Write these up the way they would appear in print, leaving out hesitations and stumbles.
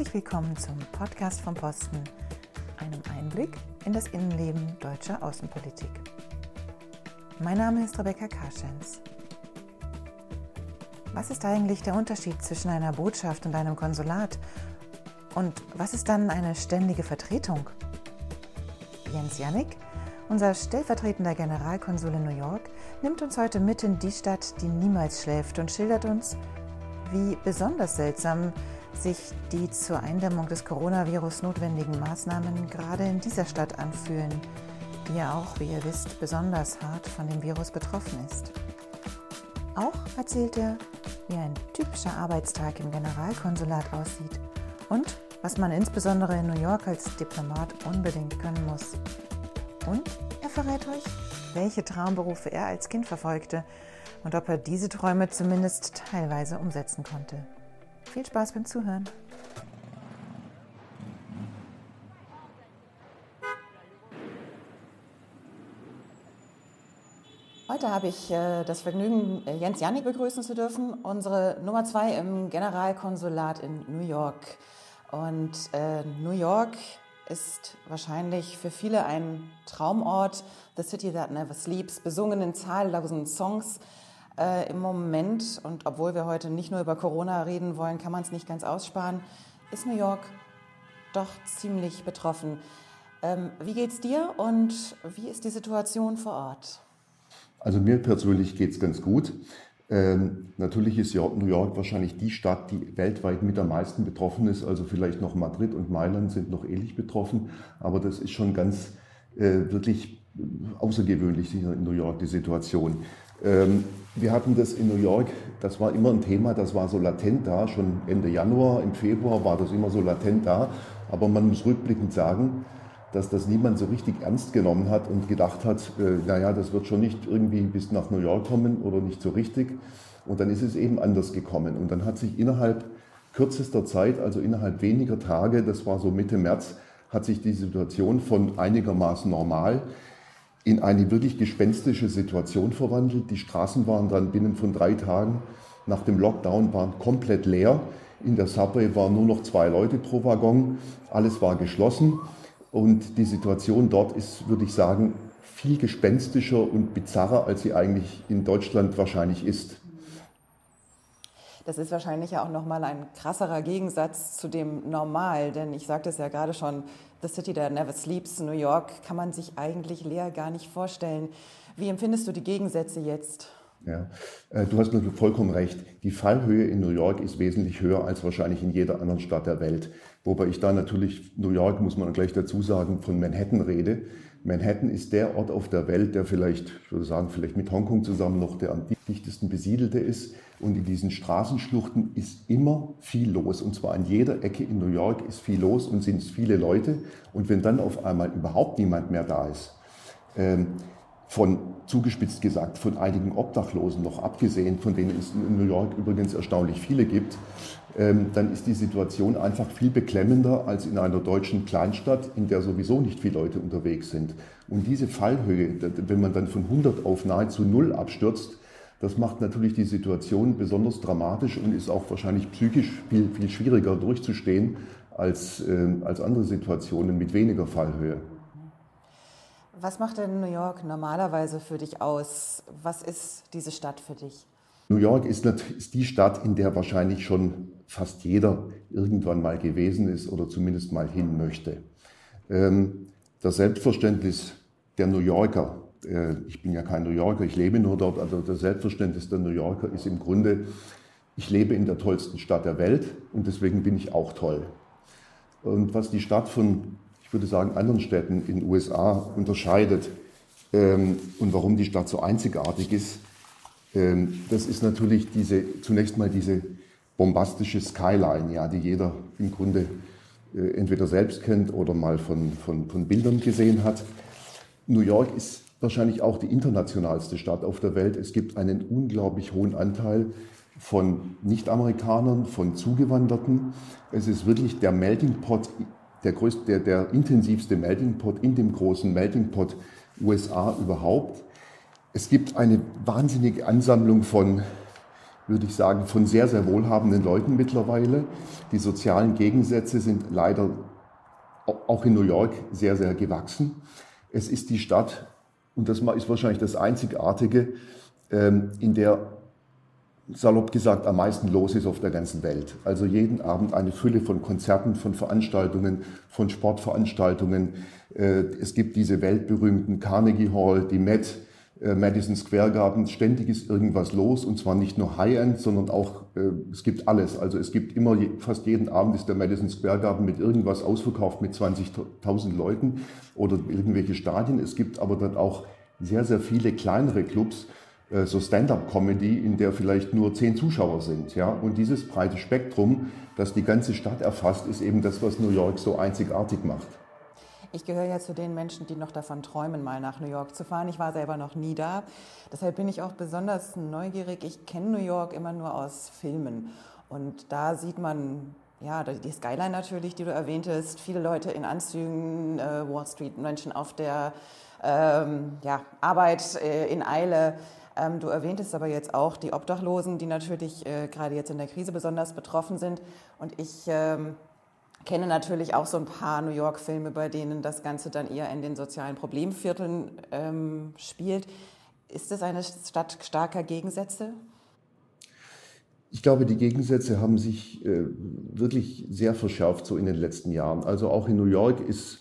Herzlich willkommen zum Podcast vom Posten, einem Einblick in das Innenleben deutscher Außenpolitik. Mein Name ist Rebecca Karschens. Was ist eigentlich der Unterschied zwischen einer Botschaft und einem Konsulat? Und was ist dann eine ständige Vertretung? Jens Jannik, unser stellvertretender Generalkonsul in New York, nimmt uns heute mit in die Stadt, die niemals schläft und schildert uns, wie besonders seltsam sich die zur Eindämmung des Coronavirus notwendigen Maßnahmen gerade in dieser Stadt anfühlen, die ja auch, wie ihr wisst, besonders hart von dem Virus betroffen ist. Auch erzählt er, wie ein typischer Arbeitstag im Generalkonsulat aussieht und was man insbesondere in New York als Diplomat unbedingt können muss. Und er verrät euch, welche Traumberufe er als Kind verfolgte und ob er diese Träume zumindest teilweise umsetzen konnte. Viel Spaß beim Zuhören. Heute habe ich das Vergnügen, Jens Jannik begrüßen zu dürfen, unsere Nummer 2 im Generalkonsulat in New York. Und New York ist wahrscheinlich für viele ein Traumort, The City That Never Sleeps, besungen in zahllosen Songs im Moment. Und obwohl wir heute nicht nur über Corona reden wollen, kann man es nicht ganz aussparen, ist New York doch ziemlich betroffen. Wie geht's dir und wie ist die Situation vor Ort? Also mir persönlich geht es ganz gut. Natürlich ist New York wahrscheinlich die Stadt, die weltweit mit am meisten betroffen ist. Also vielleicht noch Madrid und Mailand sind noch ähnlich betroffen. Aber das ist schon ganz wirklich außergewöhnlich hier in New York, die Situation. Wir hatten das in New York, das war immer ein Thema, das war so latent da. Schon Ende Januar, im Februar war das immer so latent da. Aber man muss rückblickend sagen, dass das niemand so richtig ernst genommen hat und gedacht hat, naja, das wird schon nicht irgendwie bis nach New York kommen oder nicht so richtig. Und dann ist es eben anders gekommen. Und dann hat sich innerhalb kürzester Zeit, also innerhalb weniger Tage, das war so Mitte März, hat sich die Situation von einigermaßen normal in eine wirklich gespenstische Situation verwandelt. Die Straßen waren dann binnen von 3 Tagen nach dem Lockdown waren komplett leer. In der Subway waren nur noch 2 Leute pro Waggon. Alles war geschlossen. Und die Situation dort ist, würde ich sagen, viel gespenstischer und bizarrer, als sie eigentlich in Deutschland wahrscheinlich ist. Das ist wahrscheinlich ja auch nochmal ein krasserer Gegensatz zu dem Normal, denn ich sagte es ja gerade schon, The City That Never Sleeps, New York, kann man sich eigentlich leer gar nicht vorstellen. Wie empfindest du die Gegensätze jetzt? Ja, du hast natürlich vollkommen recht. Die Fallhöhe in New York ist wesentlich höher als wahrscheinlich in jeder anderen Stadt der Welt. Wobei ich da natürlich, New York muss man gleich dazu sagen, von Manhattan rede. Manhattan ist der Ort auf der Welt, der vielleicht, ich würde sagen, vielleicht mit Hongkong zusammen noch der am dichtesten besiedelte ist. Und in diesen Straßenschluchten ist immer viel los. Und zwar an jeder Ecke in New York ist viel los und sind viele Leute. Und wenn dann auf einmal überhaupt niemand mehr da ist, zugespitzt gesagt, von einigen Obdachlosen noch abgesehen, von denen es in New York übrigens erstaunlich viele gibt, dann ist die Situation einfach viel beklemmender als in einer deutschen Kleinstadt, in der sowieso nicht viele Leute unterwegs sind. Und diese Fallhöhe, wenn man dann von 100 auf nahezu 0 abstürzt, das macht natürlich die Situation besonders dramatisch und ist auch wahrscheinlich psychisch viel, viel schwieriger durchzustehen als andere Situationen mit weniger Fallhöhe. Was macht denn New York normalerweise für dich aus? Was ist diese Stadt für dich? New York ist die Stadt, in der wahrscheinlich schon fast jeder irgendwann mal gewesen ist oder zumindest mal hin möchte. Das Selbstverständnis der New Yorker, ich bin ja kein New Yorker, ich lebe nur dort, also das Selbstverständnis der New Yorker ist im Grunde, ich lebe in der tollsten Stadt der Welt und deswegen bin ich auch toll. Und was die Stadt von, ich würde sagen, anderen Städten in den USA unterscheidet und warum die Stadt so einzigartig ist, das ist natürlich zunächst mal diese bombastische Skyline, ja, die jeder im Grunde entweder selbst kennt oder mal von Bildern gesehen hat. New York ist wahrscheinlich auch die internationalste Stadt auf der Welt. Es gibt einen unglaublich hohen Anteil von Nicht-Amerikanern, von Zugewanderten. Es ist wirklich der Melting Pot, der intensivste Melting Pot in dem großen Melting Pot USA überhaupt. Es gibt eine wahnsinnige Ansammlung von würde ich sagen, von sehr, sehr wohlhabenden Leuten mittlerweile. Die sozialen Gegensätze sind leider auch in New York sehr, sehr gewachsen. Es ist die Stadt, und das ist wahrscheinlich das Einzigartige, in der, salopp gesagt, am meisten los ist auf der ganzen Welt. Also jeden Abend eine Fülle von Konzerten, von Veranstaltungen, von Sportveranstaltungen. Es gibt diese weltberühmten Carnegie Hall, die Met, Madison Square Garden. Ständig ist irgendwas los, und zwar nicht nur High-End, sondern auch, es gibt alles. Also es gibt immer, fast jeden Abend ist der Madison Square Garden mit irgendwas ausverkauft mit 20.000 Leuten oder irgendwelche Stadien. Es gibt aber dann auch sehr, sehr viele kleinere Clubs, so Stand-up-Comedy, in der vielleicht nur 10 Zuschauer sind. Ja? Und dieses breite Spektrum, das die ganze Stadt erfasst, ist eben das, was New York so einzigartig macht. Ich gehöre ja zu den Menschen, die noch davon träumen, mal nach New York zu fahren. Ich war selber noch nie da. Deshalb bin ich auch besonders neugierig. Ich kenne New York immer nur aus Filmen. Und da sieht man, ja, die Skyline natürlich, die du erwähntest, viele Leute in Anzügen, Wall Street, Menschen auf der Arbeit in Eile. Du erwähntest aber jetzt auch die Obdachlosen, die natürlich gerade jetzt in der Krise besonders betroffen sind. Und ich kenne natürlich auch so ein paar New York-Filme, bei denen das Ganze dann eher in den sozialen Problemvierteln spielt. Ist es eine Stadt starker Gegensätze? Ich glaube, die Gegensätze haben sich wirklich sehr verschärft so in den letzten Jahren. Also auch in New York ist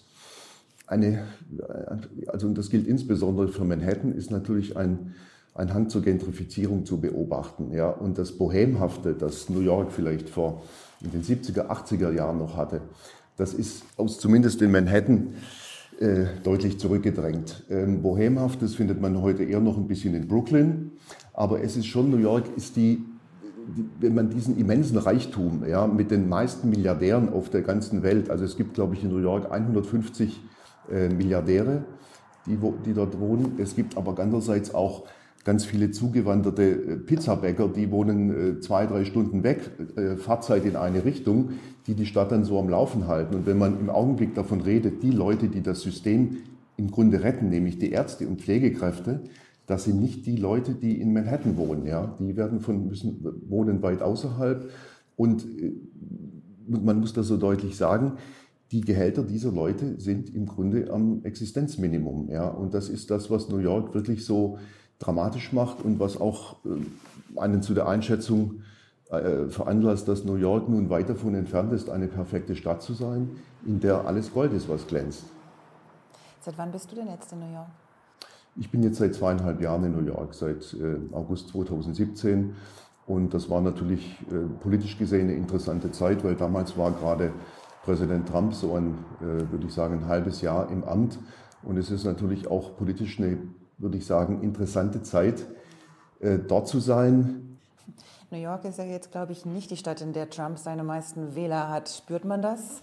und das gilt insbesondere für Manhattan, ist natürlich ein Hang zur Gentrifizierung zu beobachten. Ja? Und das Bohemhafte, das New York vielleicht in den 70er, 80er Jahren noch hatte, das ist zumindest in Manhattan deutlich zurückgedrängt. Bohemhaftes findet man heute eher noch ein bisschen in Brooklyn, aber es ist schon, New York ist wenn man diesen immensen Reichtum, ja, mit den meisten Milliardären auf der ganzen Welt, also es gibt, glaube ich, in New York 150 Milliardäre, die dort wohnen. Es gibt aber andererseits auch ganz viele zugewanderte Pizzabäcker, die wohnen 2-3 Stunden weg, Fahrzeit in eine Richtung, die Stadt dann so am Laufen halten. Und wenn man im Augenblick davon redet, die Leute, die das System im Grunde retten, nämlich die Ärzte und Pflegekräfte, das sind nicht die Leute, die in Manhattan wohnen. Ja? Die wohnen weit außerhalb. Und man muss das so deutlich sagen, die Gehälter dieser Leute sind im Grunde am Existenzminimum. Ja? Und das ist das, was New York wirklich so dramatisch macht und was auch einen zu der Einschätzung veranlasst, dass New York nun weit davon entfernt ist, eine perfekte Stadt zu sein, in der alles Gold ist, was glänzt. Seit wann bist du denn jetzt in New York? Ich bin jetzt seit 2,5 Jahren in New York, seit August 2017. Und das war natürlich politisch gesehen eine interessante Zeit, weil damals war gerade Präsident Trump so würde ich sagen, ein halbes Jahr im Amt. Und es ist natürlich auch politisch eine, würde ich sagen, interessante Zeit, dort zu sein. New York ist ja jetzt, glaube ich, nicht die Stadt, in der Trump seine meisten Wähler hat. Spürt man das?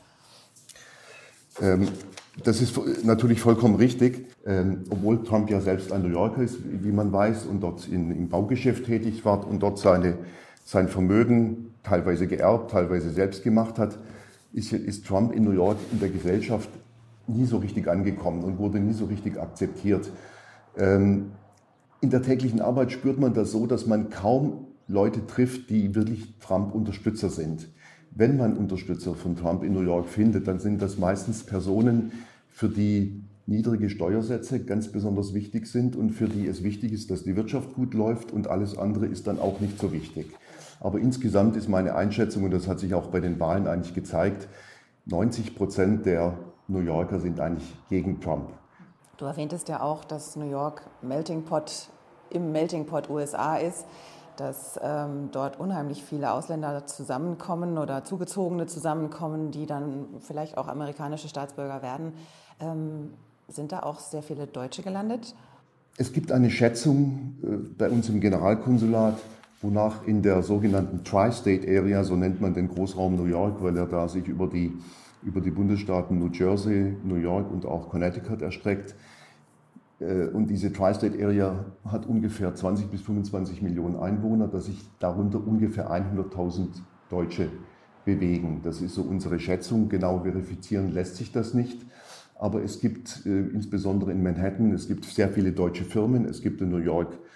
Das ist natürlich vollkommen richtig, obwohl Trump ja selbst ein New Yorker ist, wie man weiß, und dort im Baugeschäft tätig war und dort sein Vermögen teilweise geerbt, teilweise selbst gemacht hat, ist Trump in New York in der Gesellschaft nie so richtig angekommen und wurde nie so richtig akzeptiert. In der täglichen Arbeit spürt man das so, dass man kaum Leute trifft, die wirklich Trump-Unterstützer sind. Wenn man Unterstützer von Trump in New York findet, dann sind das meistens Personen, für die niedrige Steuersätze ganz besonders wichtig sind und für die es wichtig ist, dass die Wirtschaft gut läuft, und alles andere ist dann auch nicht so wichtig. Aber insgesamt ist meine Einschätzung, und das hat sich auch bei den Wahlen eigentlich gezeigt, 90% der New Yorker sind eigentlich gegen Trump. Du erwähntest ja auch, dass New York im Melting Pot USA ist, dass dort unheimlich viele Ausländer zusammenkommen oder Zugezogene zusammenkommen, die dann vielleicht auch amerikanische Staatsbürger werden. Sind da auch sehr viele Deutsche gelandet? Es gibt eine Schätzung bei uns im Generalkonsulat, wonach in der sogenannten Tri-State Area, so nennt man den Großraum New York, weil er da sich über die Bundesstaaten New Jersey, New York und auch Connecticut erstreckt. Und diese Tri-State Area hat ungefähr 20 bis 25 Millionen Einwohner, dass sich darunter ungefähr 100.000 Deutsche bewegen. Das ist so unsere Schätzung. Genau verifizieren lässt sich das nicht. Aber es gibt insbesondere in Manhattan, es gibt sehr viele deutsche Firmen. Es gibt in New York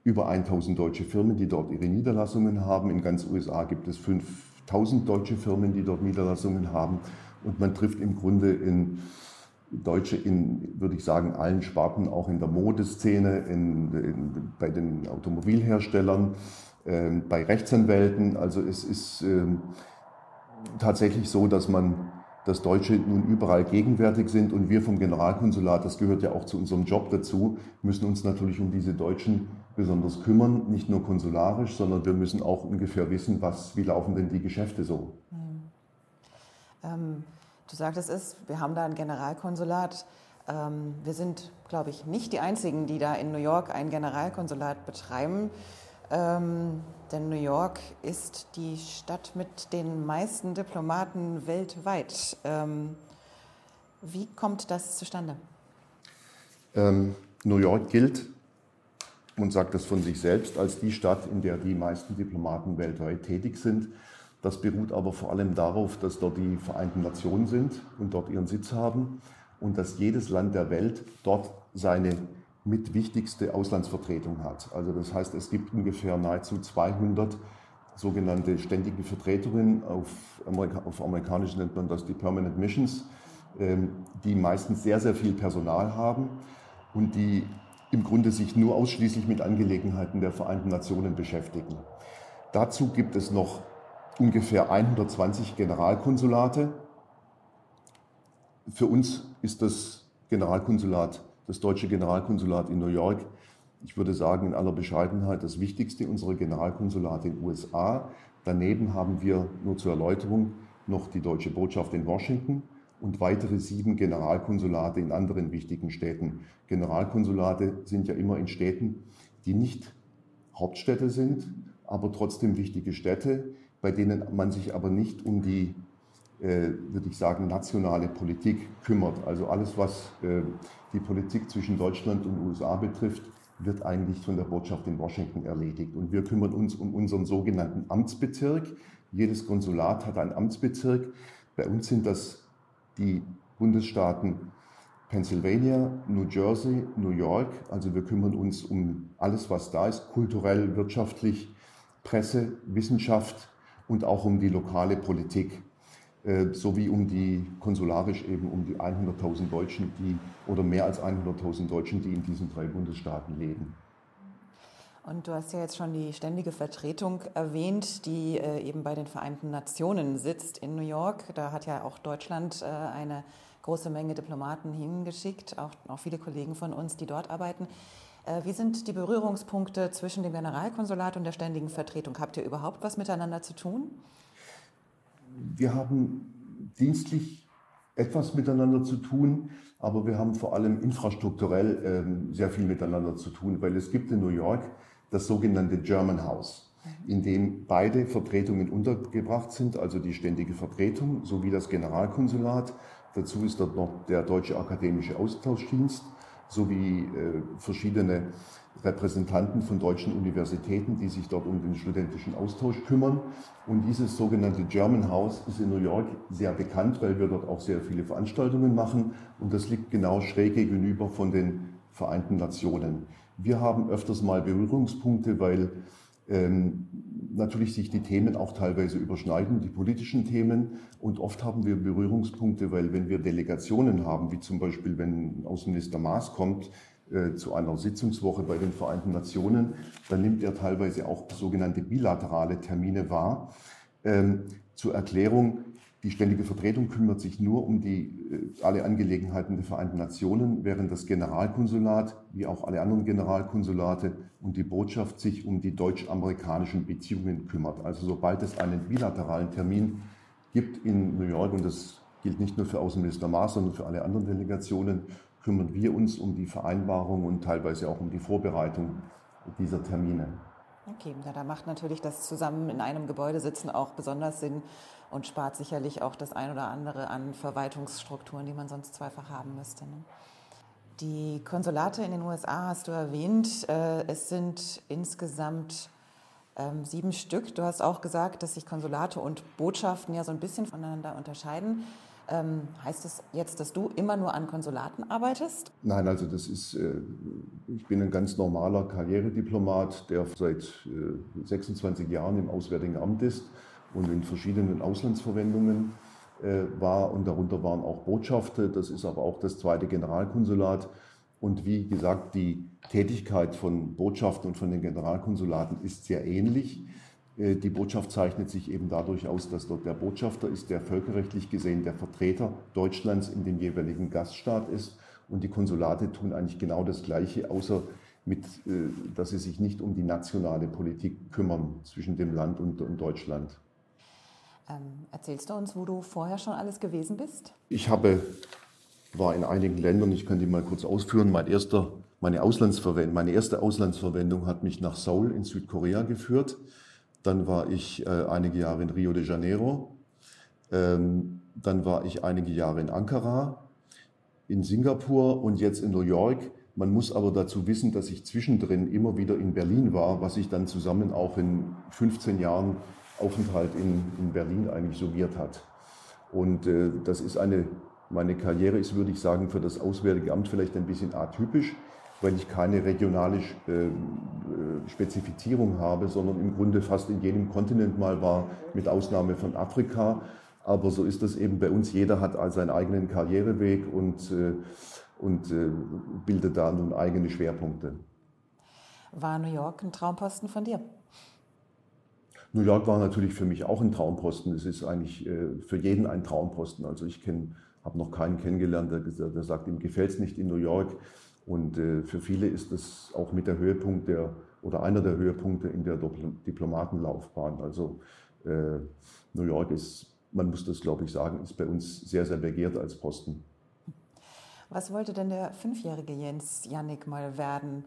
über 1000 deutsche Firmen, die dort ihre Niederlassungen haben. In ganz USA gibt es 5000 deutsche Firmen, die dort Niederlassungen haben. Und man trifft im Grunde Deutsche in, würde ich sagen, allen Sparten, auch in der Modeszene, bei den Automobilherstellern, bei Rechtsanwälten. Also es ist tatsächlich so, dass Deutsche nun überall gegenwärtig sind, und wir vom Generalkonsulat, das gehört ja auch zu unserem Job dazu, müssen uns natürlich um diese Deutschen besonders kümmern, nicht nur konsularisch, sondern wir müssen auch ungefähr wissen, wie laufen denn die Geschäfte so. Du sagtest wir haben da ein Generalkonsulat. Wir sind, glaube ich, nicht die Einzigen, die da in New York ein Generalkonsulat betreiben. Denn New York ist die Stadt mit den meisten Diplomaten weltweit. Wie kommt das zustande? New York gilt, und sagt das von sich selbst, als die Stadt, in der die meisten Diplomaten weltweit tätig sind. Das beruht aber vor allem darauf, dass dort die Vereinten Nationen sind und dort ihren Sitz haben und dass jedes Land der Welt dort seine mit wichtigste Auslandsvertretung hat. Also das heißt, es gibt ungefähr nahezu 200 sogenannte ständige Vertretungen, auf Amerikanisch nennt man das die Permanent Missions, die meistens sehr, sehr viel Personal haben und die im Grunde sich nur ausschließlich mit Angelegenheiten der Vereinten Nationen beschäftigen. Dazu gibt es noch ungefähr 120 Generalkonsulate. Für uns ist das deutsche Generalkonsulat in New York, ich würde sagen in aller Bescheidenheit, das wichtigste unserer Generalkonsulate in den USA. Daneben haben wir, nur zur Erläuterung, noch die deutsche Botschaft in Washington und weitere 7 Generalkonsulate in anderen wichtigen Städten. Generalkonsulate sind ja immer in Städten, die nicht Hauptstädte sind, aber trotzdem wichtige Städte, bei denen man sich aber nicht um die, würde ich sagen, nationale Politik kümmert. Also alles, was die Politik zwischen Deutschland und den USA betrifft, wird eigentlich von der Botschaft in Washington erledigt. Und wir kümmern uns um unseren sogenannten Amtsbezirk. Jedes Konsulat hat einen Amtsbezirk. Bei uns sind das die Bundesstaaten Pennsylvania, New Jersey, New York. Also wir kümmern uns um alles, was da ist, kulturell, wirtschaftlich, Presse, Wissenschaft und auch um die lokale Politik, sowie konsularisch eben um die 100.000 Deutschen, oder mehr als 100.000 Deutschen, die in diesen 3 Bundesstaaten leben. Und du hast ja jetzt schon die ständige Vertretung erwähnt, die eben bei den Vereinten Nationen sitzt in New York. Da hat ja auch Deutschland eine große Menge Diplomaten hingeschickt, auch viele Kollegen von uns, die dort arbeiten. Wie sind die Berührungspunkte zwischen dem Generalkonsulat und der ständigen Vertretung? Habt ihr überhaupt was miteinander zu tun? Wir haben dienstlich etwas miteinander zu tun, aber wir haben vor allem infrastrukturell sehr viel miteinander zu tun, weil es gibt in New York das sogenannte German House, in dem beide Vertretungen untergebracht sind, also die ständige Vertretung sowie das Generalkonsulat. Dazu ist dort noch der Deutsche Akademische Austauschdienst sowie verschiedene Repräsentanten von deutschen Universitäten, die sich dort um den studentischen Austausch kümmern. Und dieses sogenannte German House ist in New York sehr bekannt, weil wir dort auch sehr viele Veranstaltungen machen. Und das liegt genau schräg gegenüber von den Vereinten Nationen. Wir haben öfters mal Berührungspunkte, weil natürlich sich die Themen auch teilweise überschneiden, die politischen Themen. Und oft haben wir Berührungspunkte, weil wenn wir Delegationen haben, wie zum Beispiel wenn Außenminister Maas kommt zu einer Sitzungswoche bei den Vereinten Nationen, dann nimmt er teilweise auch sogenannte bilaterale Termine wahr. Zur Erklärung: Die ständige Vertretung kümmert sich nur um alle Angelegenheiten der Vereinten Nationen, während das Generalkonsulat, wie auch alle anderen Generalkonsulate und die Botschaft, sich um die deutsch-amerikanischen Beziehungen kümmert. Also sobald es einen bilateralen Termin gibt in New York, und das gilt nicht nur für Außenminister Maas, sondern für alle anderen Delegationen, kümmern wir uns um die Vereinbarung und teilweise auch um die Vorbereitung dieser Termine. Okay, da macht natürlich das zusammen in einem Gebäude sitzen auch besonders Sinn und spart sicherlich auch das ein oder andere an Verwaltungsstrukturen, die man sonst zweifach haben müsste. Ne? Die Konsulate in den USA hast du erwähnt. Es sind insgesamt 7 Stück. Du hast auch gesagt, dass sich Konsulate und Botschaften ja so ein bisschen voneinander unterscheiden. Heißt das jetzt, dass du immer nur an Konsulaten arbeitest? Nein, also ich bin ein ganz normaler Karrierediplomat, der seit 26 Jahren im Auswärtigen Amt ist und in verschiedenen Auslandsverwendungen war, und darunter waren auch Botschafter. Das ist aber auch das zweite Generalkonsulat. Und wie gesagt, die Tätigkeit von Botschaften und von den Generalkonsulaten ist sehr ähnlich. Die Botschaft zeichnet sich eben dadurch aus, dass dort der Botschafter ist, der völkerrechtlich gesehen der Vertreter Deutschlands in dem jeweiligen Gaststaat ist. Und die Konsulate tun eigentlich genau das Gleiche, außer dass sie sich nicht um die nationale Politik kümmern zwischen dem Land und Deutschland. Erzählst du uns, wo du vorher schon alles gewesen bist? Ich war in einigen Ländern, ich kann die mal kurz ausführen. Meine erste Auslandsverwendung hat mich nach Seoul in Südkorea geführt. Dann war ich einige Jahre in Rio de Janeiro. Dann war ich einige Jahre in Ankara, in Singapur und jetzt in New York. Man muss aber dazu wissen, dass ich zwischendrin immer wieder in Berlin war, was sich dann zusammen auch in 15 Jahren Aufenthalt in Berlin eigentlich summiert hat. Und meine Karriere ist, würde ich sagen, für das Auswärtige Amt vielleicht ein bisschen atypisch, weil ich keine regionale Spezifizierung habe, sondern im Grunde fast in jedem Kontinent mal war, mit Ausnahme von Afrika. Aber so ist das eben bei uns. Jeder hat seinen eigenen Karriereweg und bildet da nun eigene Schwerpunkte. War New York ein Traumposten von dir? New York war natürlich für mich auch ein Traumposten. Es ist eigentlich für jeden ein Traumposten. Also ich habe noch keinen kennengelernt, der sagt, ihm gefällt es nicht in New York. Und für viele ist das auch mit der Höhepunkt oder einer der Höhepunkte in der Diplomatenlaufbahn. Also New York ist, man muss das glaube ich sagen, ist bei uns sehr, sehr begehrt als Posten. Was wollte denn der 5-jährige Jens Jannik mal werden?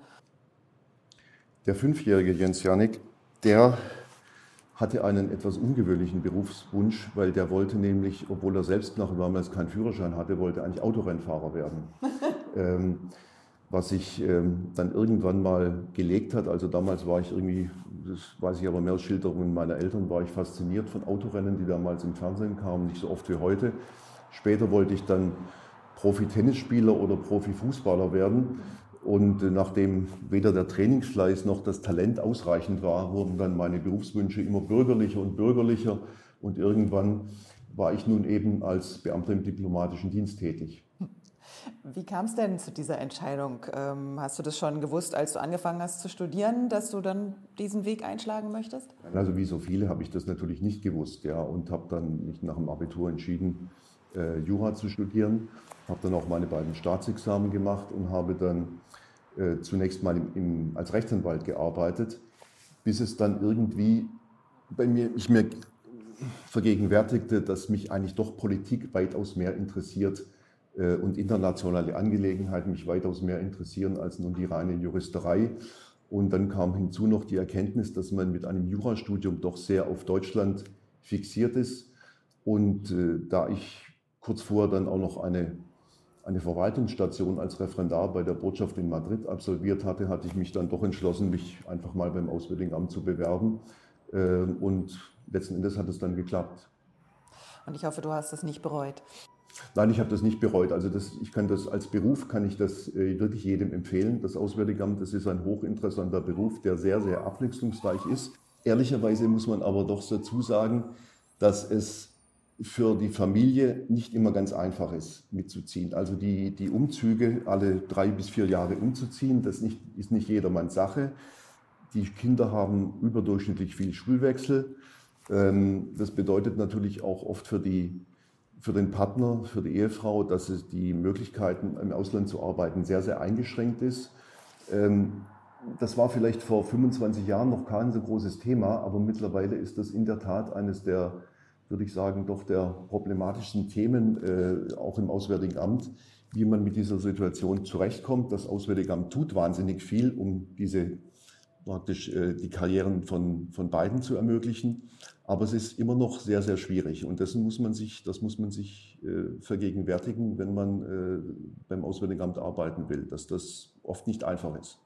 Der 5-jährige Jens Jannik, der hatte einen etwas ungewöhnlichen Berufswunsch, weil der wollte nämlich, obwohl er selbst noch damals keinen Führerschein hatte, wollte eigentlich Autorennfahrer werden. Was sich dann irgendwann mal gelegt hat. Also damals war ich irgendwie, das weiß ich aber mehr aus Schilderungen meiner Eltern, war ich fasziniert von Autorennen, die damals im Fernsehen kamen, nicht so oft wie heute. Später wollte ich dann Profi-Tennisspieler oder Profifußballer werden. Und nachdem weder der Trainingsfleiß noch das Talent ausreichend war, wurden dann meine Berufswünsche immer bürgerlicher und bürgerlicher. Und irgendwann war ich nun eben als Beamter im diplomatischen Dienst tätig. Wie kam es denn zu dieser Entscheidung? Hast du das schon gewusst, als du angefangen hast zu studieren, dass du dann diesen Weg einschlagen möchtest? Also wie so viele habe ich das natürlich nicht gewusst, ja, und habe dann mich nach dem Abitur entschieden, Jura zu studieren. Habe dann auch meine beiden Staatsexamen gemacht und habe dann zunächst mal als Rechtsanwalt gearbeitet, bis es dann irgendwie ich mir vergegenwärtigte, dass mich eigentlich doch Politik weitaus mehr interessiert und internationale Angelegenheiten mich weitaus mehr interessieren als nun die reine Juristerei. Und dann kam hinzu noch die Erkenntnis, dass man mit einem Jurastudium doch sehr auf Deutschland fixiert ist. Und da ich kurz vorher dann auch noch eine Verwaltungsstation als Referendar bei der Botschaft in Madrid absolviert hatte, hatte ich mich dann doch entschlossen, mich einfach mal beim Auswärtigen Amt zu bewerben. Und letzten Endes hat es dann geklappt. Und ich hoffe, du hast es nicht bereut. Nein, ich habe das nicht bereut. Also als Beruf kann ich das wirklich jedem empfehlen. Das Auswärtige Amt, das ist ein hochinteressanter Beruf, der sehr, sehr abwechslungsreich ist. Ehrlicherweise muss man aber doch dazu sagen, dass es für die Familie nicht immer ganz einfach ist, mitzuziehen. Also die Umzüge, alle 3 bis 4 Jahre umzuziehen, das ist nicht jedermanns Sache. Die Kinder haben überdurchschnittlich viel Schulwechsel. Das bedeutet natürlich auch oft für den Partner, für die Ehefrau, dass es die Möglichkeiten, im Ausland zu arbeiten, sehr, sehr eingeschränkt ist. Das war vielleicht vor 25 Jahren noch kein so großes Thema, aber mittlerweile ist das in der Tat eines der, würde ich sagen, doch der problematischsten Themen, auch im Auswärtigen Amt, wie man mit dieser Situation zurechtkommt. Das Auswärtige Amt tut wahnsinnig viel, um die Karrieren von beiden zu ermöglichen. Aber es ist immer noch sehr, sehr schwierig. Und das muss man sich vergegenwärtigen, wenn man beim Auswärtigen Amt arbeiten will, dass das oft nicht einfach ist.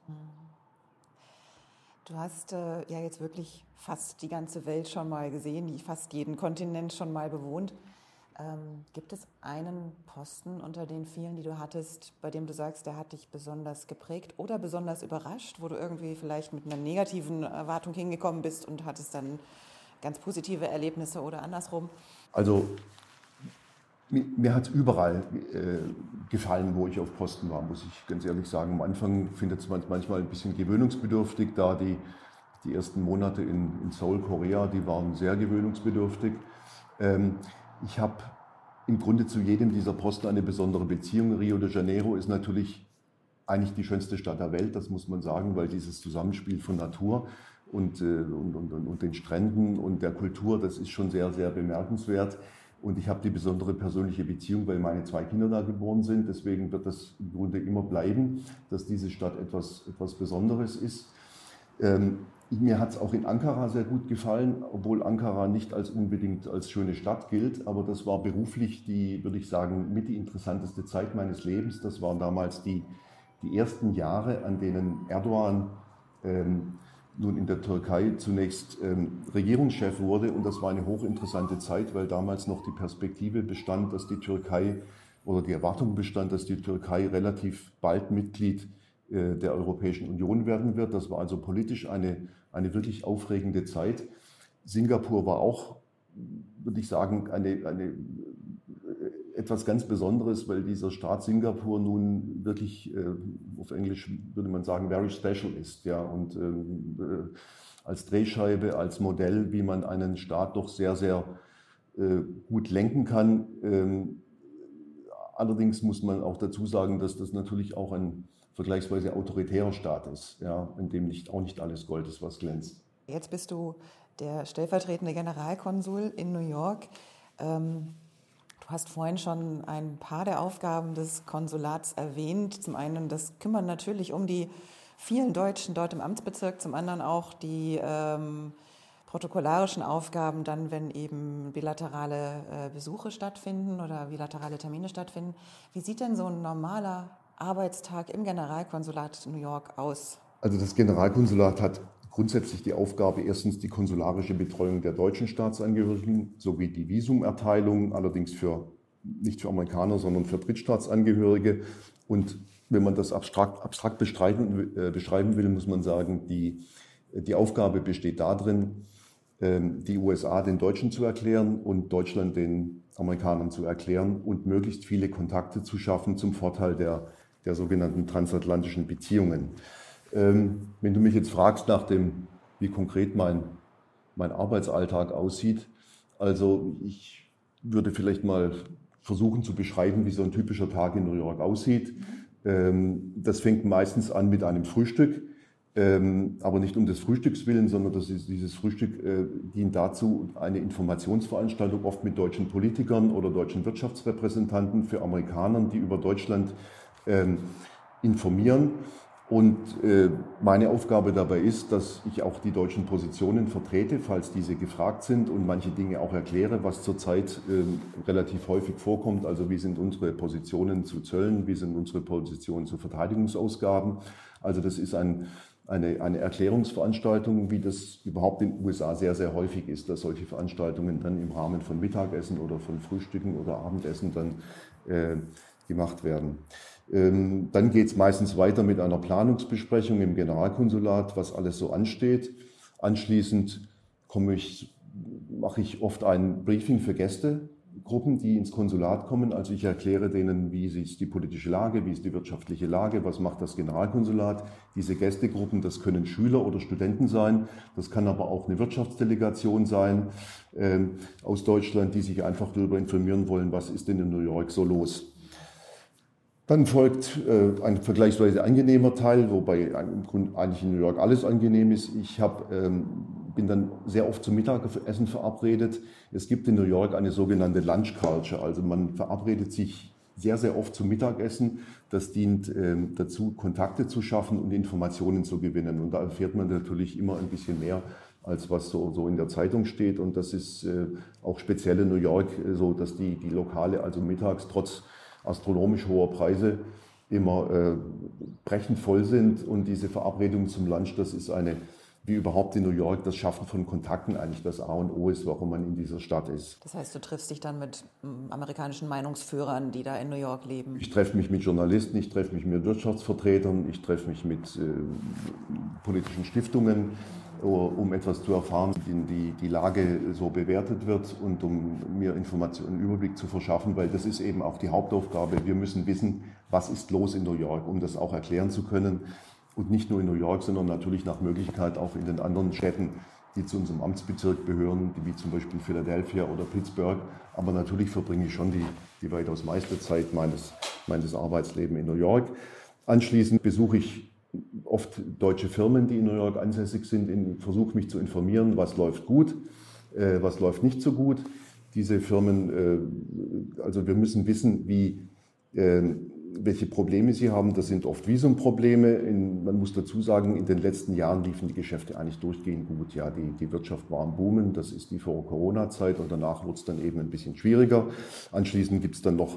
Du hast ja jetzt wirklich fast die ganze Welt schon mal gesehen, fast jeden Kontinent schon mal bewohnt. Gibt es einen Posten unter den vielen, die du hattest, bei dem du sagst, der hat dich besonders geprägt oder besonders überrascht, wo du irgendwie vielleicht mit einer negativen Erwartung hingekommen bist und hattest dann ganz positive Erlebnisse oder andersrum? Also mir hat es überall gefallen, wo ich auf Posten war, muss ich ganz ehrlich sagen. Am Anfang findet es manchmal ein bisschen gewöhnungsbedürftig, da die ersten Monate in Seoul, Korea, die waren sehr gewöhnungsbedürftig. Ich habe im Grunde zu jedem dieser Posten eine besondere Beziehung. Rio de Janeiro ist natürlich eigentlich die schönste Stadt der Welt, das muss man sagen, weil dieses Zusammenspiel von Natur und den Stränden und der Kultur, das ist schon sehr, sehr bemerkenswert. Und ich habe die besondere persönliche Beziehung, weil meine 2 Kinder da geboren sind. Deswegen wird das im Grunde immer bleiben, dass diese Stadt etwas Besonderes ist. Mir hat es auch in Ankara sehr gut gefallen, obwohl Ankara nicht unbedingt als schöne Stadt gilt. Aber das war beruflich würde ich sagen, mit die interessanteste Zeit meines Lebens. Das waren damals die ersten Jahre, an denen Erdogan nun in der Türkei zunächst Regierungschef wurde. Und das war eine hochinteressante Zeit, weil damals noch die Perspektive bestand, dass die Türkei oder die Erwartung bestand, dass die Türkei relativ bald Mitglied der Europäischen Union werden wird. Das war also politisch eine wirklich aufregende Zeit. Singapur war auch, würde ich sagen, etwas ganz Besonderes, weil dieser Staat Singapur nun wirklich, auf Englisch würde man sagen, very special ist. Ja? Und als Drehscheibe, als Modell, wie man einen Staat doch sehr, sehr gut lenken kann. Allerdings muss man auch dazu sagen, dass das natürlich auch ein vergleichsweise autoritärer Staat ist, ja, in dem auch nicht alles Gold ist, was glänzt. Jetzt bist du der stellvertretende Generalkonsul in New York. Du hast vorhin schon ein paar der Aufgaben des Konsulats erwähnt. Zum einen das Kümmern natürlich um die vielen Deutschen dort im Amtsbezirk, zum anderen auch die protokollarischen Aufgaben dann, wenn eben bilaterale Besuche stattfinden oder bilaterale Termine stattfinden. Wie sieht denn so ein normaler Arbeitstag im Generalkonsulat New York aus? Also das Generalkonsulat hat grundsätzlich die Aufgabe, erstens die konsularische Betreuung der deutschen Staatsangehörigen sowie die Visumerteilung, allerdings nicht für Amerikaner, sondern für Drittstaatsangehörige. Und wenn man das abstrakt beschreiben will, muss man sagen, die Aufgabe besteht darin, die USA den Deutschen zu erklären und Deutschland den Amerikanern zu erklären und möglichst viele Kontakte zu schaffen zum Vorteil der sogenannten transatlantischen Beziehungen. Wenn du mich jetzt fragst wie konkret mein Arbeitsalltag aussieht, also ich würde vielleicht mal versuchen zu beschreiben, wie so ein typischer Tag in New York aussieht. Das fängt meistens an mit einem Frühstück, aber nicht um des Frühstücks willen, sondern dieses Frühstück dient dazu, eine Informationsveranstaltung oft mit deutschen Politikern oder deutschen Wirtschaftsrepräsentanten für Amerikaner, die über Deutschland informieren. Und meine Aufgabe dabei ist, dass ich auch die deutschen Positionen vertrete, falls diese gefragt sind und manche Dinge auch erkläre, was zurzeit relativ häufig vorkommt. Also wie sind unsere Positionen zu Zöllen, wie sind unsere Positionen zu Verteidigungsausgaben. Also das ist eine Erklärungsveranstaltung, wie das überhaupt in den USA sehr, sehr häufig ist, dass solche Veranstaltungen dann im Rahmen von Mittagessen oder von Frühstücken oder Abendessen dann gemacht werden. Dann geht es meistens weiter mit einer Planungsbesprechung im Generalkonsulat, was alles so ansteht. Anschließend mache ich oft ein Briefing für Gästegruppen, die ins Konsulat kommen. Also ich erkläre denen, wie ist die politische Lage, wie ist die wirtschaftliche Lage, was macht das Generalkonsulat. Diese Gästegruppen, das können Schüler oder Studenten sein, das kann aber auch eine Wirtschaftsdelegation sein aus Deutschland, die sich einfach darüber informieren wollen, was ist denn in New York so los. Dann folgt ein vergleichsweise angenehmer Teil, wobei im Grunde eigentlich in New York alles angenehm ist. Ich bin dann sehr oft zum Mittagessen verabredet. Es gibt in New York eine sogenannte Lunch Culture, also man verabredet sich sehr, sehr oft zum Mittagessen. Das dient dazu, Kontakte zu schaffen und Informationen zu gewinnen. Und da erfährt man natürlich immer ein bisschen mehr, als was so in der Zeitung steht. Und das ist auch speziell in New York so, dass die Lokale also mittags trotz astronomisch hoher Preise immer brechend voll sind. Und diese Verabredung zum Lunch, das ist eine wie überhaupt in New York das Schaffen von Kontakten eigentlich das A und O ist, warum man in dieser Stadt ist. Das heißt, du triffst dich dann mit amerikanischen Meinungsführern, die da in New York leben? Ich treffe mich mit Journalisten, ich treffe mich mit Wirtschaftsvertretern, ich treffe mich mit politischen Stiftungen, um etwas zu erfahren, wie die Lage so bewertet wird und um mir Informationen, einen Überblick zu verschaffen, weil das ist eben auch die Hauptaufgabe. Wir müssen wissen, was ist los in New York, um das auch erklären zu können. Und nicht nur in New York, sondern natürlich nach Möglichkeit auch in den anderen Städten, die zu unserem Amtsbezirk gehören, wie zum Beispiel Philadelphia oder Pittsburgh. Aber natürlich verbringe ich schon die weitaus meiste Zeit meines Arbeitslebens in New York. Anschließend besuche ich oft deutsche Firmen, die in New York ansässig sind, versuche mich zu informieren, was läuft gut, was läuft nicht so gut. Diese Firmen, also wir müssen wissen, welche Probleme sie haben. Das sind oft Visumprobleme. Man muss dazu sagen, in den letzten Jahren liefen die Geschäfte eigentlich durchgehend gut. Ja, die Wirtschaft war am Boomen, das ist die Vor-Corona-Zeit und danach wurde es dann eben ein bisschen schwieriger. Anschließend gibt es dann noch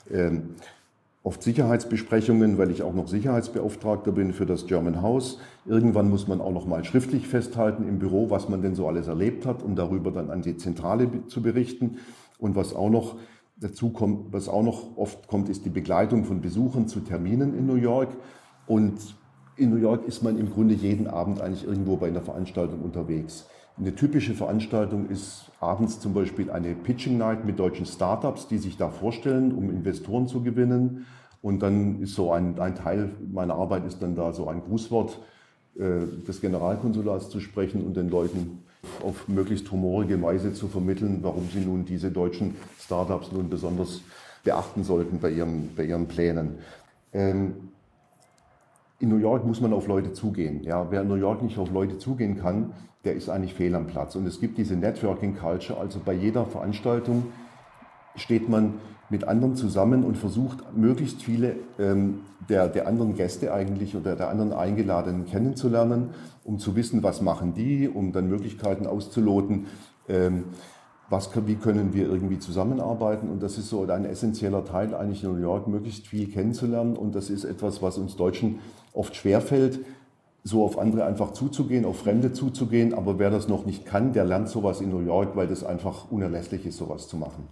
oft Sicherheitsbesprechungen, weil ich auch noch Sicherheitsbeauftragter bin für das German House. Irgendwann muss man auch noch mal schriftlich festhalten im Büro, was man denn so alles erlebt hat, um darüber dann an die Zentrale zu berichten. Und was auch noch dazu kommt, was auch noch oft kommt, ist die Begleitung von Besuchern zu Terminen in New York. Und in New York ist man im Grunde jeden Abend eigentlich irgendwo bei einer Veranstaltung unterwegs. Eine typische Veranstaltung ist abends zum Beispiel eine Pitching Night mit deutschen Startups, die sich da vorstellen, um Investoren zu gewinnen. Und dann ist so ein Teil meiner Arbeit ist dann da so ein Grußwort des Generalkonsulats zu sprechen und den Leuten auf möglichst humorige Weise zu vermitteln, warum sie nun diese deutschen Startups nun besonders beachten sollten bei ihren Plänen. In New York muss man auf Leute zugehen. Ja, wer in New York nicht auf Leute zugehen kann, der ist eigentlich fehl am Platz. Und es gibt diese Networking Culture, also bei jeder Veranstaltung steht man mit anderen zusammen und versucht, möglichst viele der anderen Gäste eigentlich oder der anderen Eingeladenen kennenzulernen, um zu wissen, was machen die, um dann Möglichkeiten auszuloten, wie können wir irgendwie zusammenarbeiten. Und das ist so ein essentieller Teil eigentlich in New York, möglichst viel kennenzulernen. Und das ist etwas, was uns Deutschen oft schwerfällt, so auf andere einfach zuzugehen, auf Fremde zuzugehen. Aber wer das noch nicht kann, der lernt sowas in New York, weil das einfach unerlässlich ist, sowas zu machen.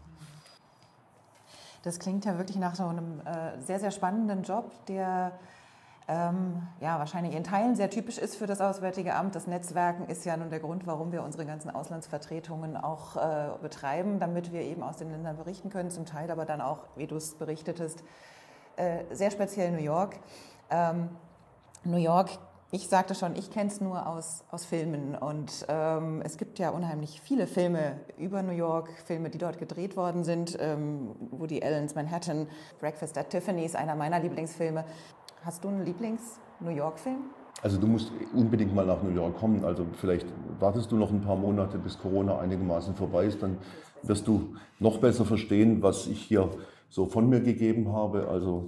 Das klingt ja wirklich nach so einem sehr, sehr spannenden Job, der wahrscheinlich in Teilen sehr typisch ist für das Auswärtige Amt. Das Netzwerken ist ja nun der Grund, warum wir unsere ganzen Auslandsvertretungen auch betreiben, damit wir eben aus den Ländern berichten können, zum Teil aber dann auch, wie du es berichtetest, sehr speziell New York. New York, ich sagte schon, ich kenne es nur aus Filmen und es gibt ja unheimlich viele Filme über New York, Filme, die dort gedreht worden sind. Woody Allens Manhattan, Breakfast at Tiffany's, einer meiner Lieblingsfilme. Hast du einen Lieblings-New York-Film? Also du musst unbedingt mal nach New York kommen. Also vielleicht wartest du noch ein paar Monate, bis Corona einigermaßen vorbei ist. Dann wirst du noch besser verstehen, was ich hier so von mir gegeben habe. Also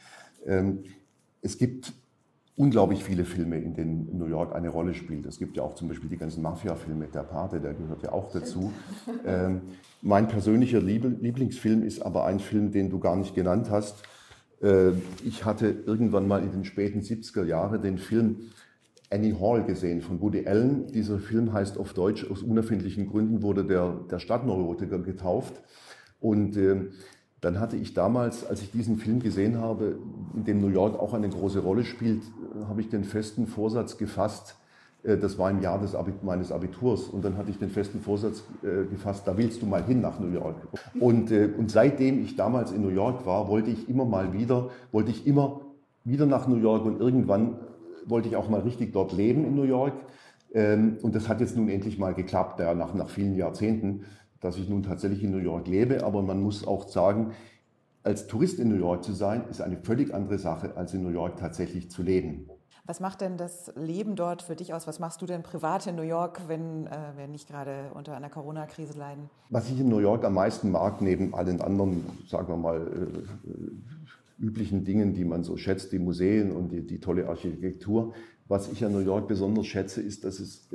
es gibt unglaublich viele Filme, in denen New York eine Rolle spielt. Es gibt ja auch zum Beispiel die ganzen Mafia-Filme, der Pate, der gehört ja auch dazu. Mein persönlicher Lieblingsfilm ist aber ein Film, den du gar nicht genannt hast. Ich hatte irgendwann mal in den späten 70er Jahren den Film Annie Hall gesehen von Woody Allen. Dieser Film heißt auf Deutsch, aus unerfindlichen Gründen wurde der Stadtneurotiker getauft. Und dann hatte ich damals, als ich diesen Film gesehen habe, in dem New York auch eine große Rolle spielt, habe ich den festen Vorsatz gefasst, das war im Jahr meines Abiturs, und dann hatte ich den festen Vorsatz gefasst, da willst du mal hin nach New York. Und seitdem ich damals in New York war, wollte ich immer wieder nach New York, und irgendwann wollte ich auch mal richtig dort leben in New York. Und das hat jetzt nun endlich mal geklappt, ja, nach vielen Jahrzehnten, dass ich nun tatsächlich in New York lebe. Aber man muss auch sagen, als Tourist in New York zu sein, ist eine völlig andere Sache, als in New York tatsächlich zu leben. Was macht denn das Leben dort für dich aus? Was machst du denn privat in New York, wenn wir nicht gerade unter einer Corona-Krise leiden? Was ich in New York am meisten mag, neben allen anderen, sagen wir mal, üblichen Dingen, die man so schätzt, die Museen und die tolle Architektur, was ich an New York besonders schätze, ist, dass es,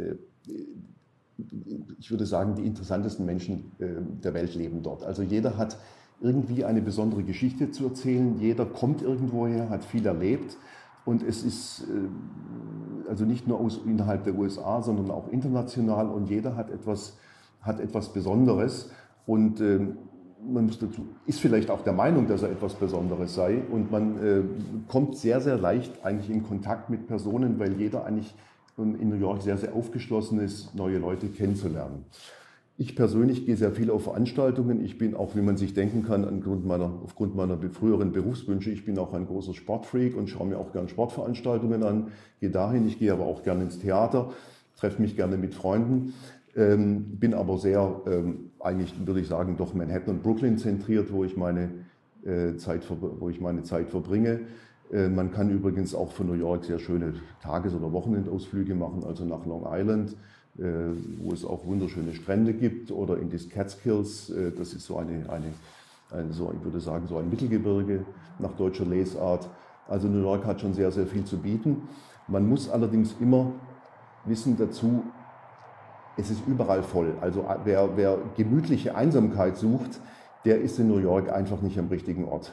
ich würde sagen, die interessantesten Menschen der Welt leben dort. Also jeder hat irgendwie eine besondere Geschichte zu erzählen, jeder kommt irgendwoher, hat viel erlebt. Und es ist also nicht nur innerhalb der USA, sondern auch international und jeder hat etwas Besonderes und man ist vielleicht auch der Meinung, dass er etwas Besonderes sei und man kommt sehr, sehr leicht eigentlich in Kontakt mit Personen, weil jeder eigentlich in New York sehr, sehr aufgeschlossen ist, neue Leute kennenzulernen. Ich persönlich gehe sehr viel auf Veranstaltungen. Ich bin auch, wie man sich denken kann, aufgrund meiner früheren Berufswünsche, ich bin auch ein großer Sportfreak und schaue mir auch gerne Sportveranstaltungen an, gehe dahin. Ich gehe aber auch gerne ins Theater, treffe mich gerne mit Freunden, bin aber sehr, eigentlich würde ich sagen, doch Manhattan und Brooklyn zentriert, wo ich meine Zeit verbringe. Man kann übrigens auch von New York sehr schöne Tages- oder Wochenendausflüge machen, also nach Long Island, wo es auch wunderschöne Strände gibt, oder in die Catskills, das ist so ich würde sagen, so ein Mittelgebirge nach deutscher Lesart. Also New York hat schon sehr, sehr viel zu bieten. Man muss allerdings immer wissen dazu, es ist überall voll. Also wer gemütliche Einsamkeit sucht, der ist in New York einfach nicht am richtigen Ort.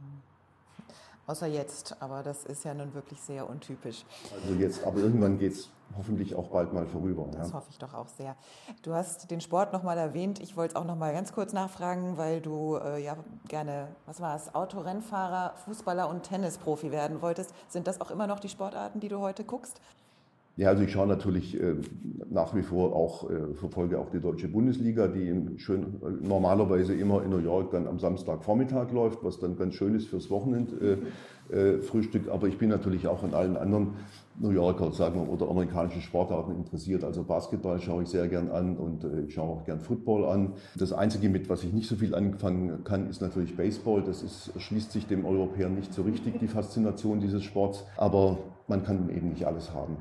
Außer jetzt, aber das ist ja nun wirklich sehr untypisch. Also jetzt, aber irgendwann geht es hoffentlich auch bald mal vorüber. Das hoffe ich doch auch sehr. Du hast den Sport nochmal erwähnt. Ich wollte es auch nochmal ganz kurz nachfragen, weil du gerne, Autorennfahrer, Fußballer und Tennisprofi werden wolltest. Sind das auch immer noch die Sportarten, die du heute guckst? Ja, also ich schaue natürlich nach wie vor auch, verfolge auch die deutsche Bundesliga, die normalerweise immer in New York dann am Samstagvormittag läuft, was dann ganz schön ist fürs Wochenendfrühstück. Aber ich bin natürlich auch an allen anderen New Yorker, sagen wir, oder amerikanischen Sportarten interessiert. Also Basketball schaue ich sehr gern an und ich schaue auch gern Football an. Das Einzige, mit was ich nicht so viel anfangen kann, ist natürlich Baseball. Das erschließt sich dem Europäer nicht so richtig, die Faszination dieses Sports. Aber man kann eben nicht alles haben.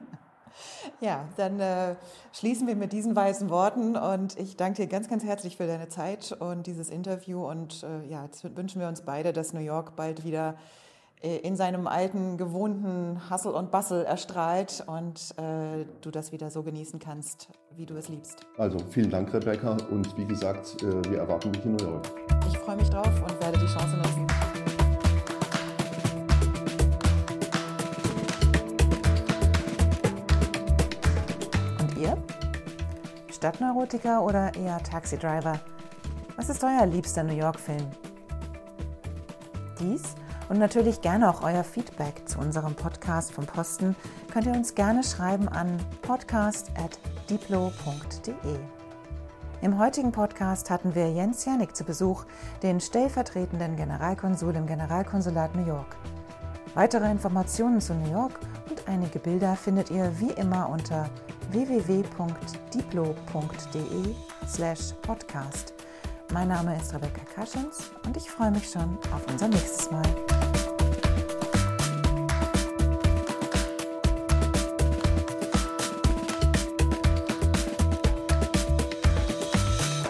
Ja, dann schließen wir mit diesen weisen Worten und ich danke dir ganz, ganz herzlich für deine Zeit und dieses Interview und jetzt wünschen wir uns beide, dass New York bald wieder in seinem alten, gewohnten Hustle und Bustle erstrahlt und du das wieder so genießen kannst, wie du es liebst. Also vielen Dank, Rebecca, und wie gesagt, wir erwarten dich in New York. Ich freue mich drauf und werde die Chance nutzen. Stadtneurotiker oder eher Taxidriver? Was ist euer liebster New York-Film? Dies und natürlich gerne auch euer Feedback zu unserem Podcast vom Posten könnt ihr uns gerne schreiben an podcast@diplo.de. Im heutigen Podcast hatten wir Jens Janik zu Besuch, den stellvertretenden Generalkonsul im Generalkonsulat New York. Weitere Informationen zu New York und einige Bilder findet ihr wie immer unter www.diplo.de/podcast. Mein Name ist Rebecca Kaschens und ich freue mich schon auf unser nächstes Mal.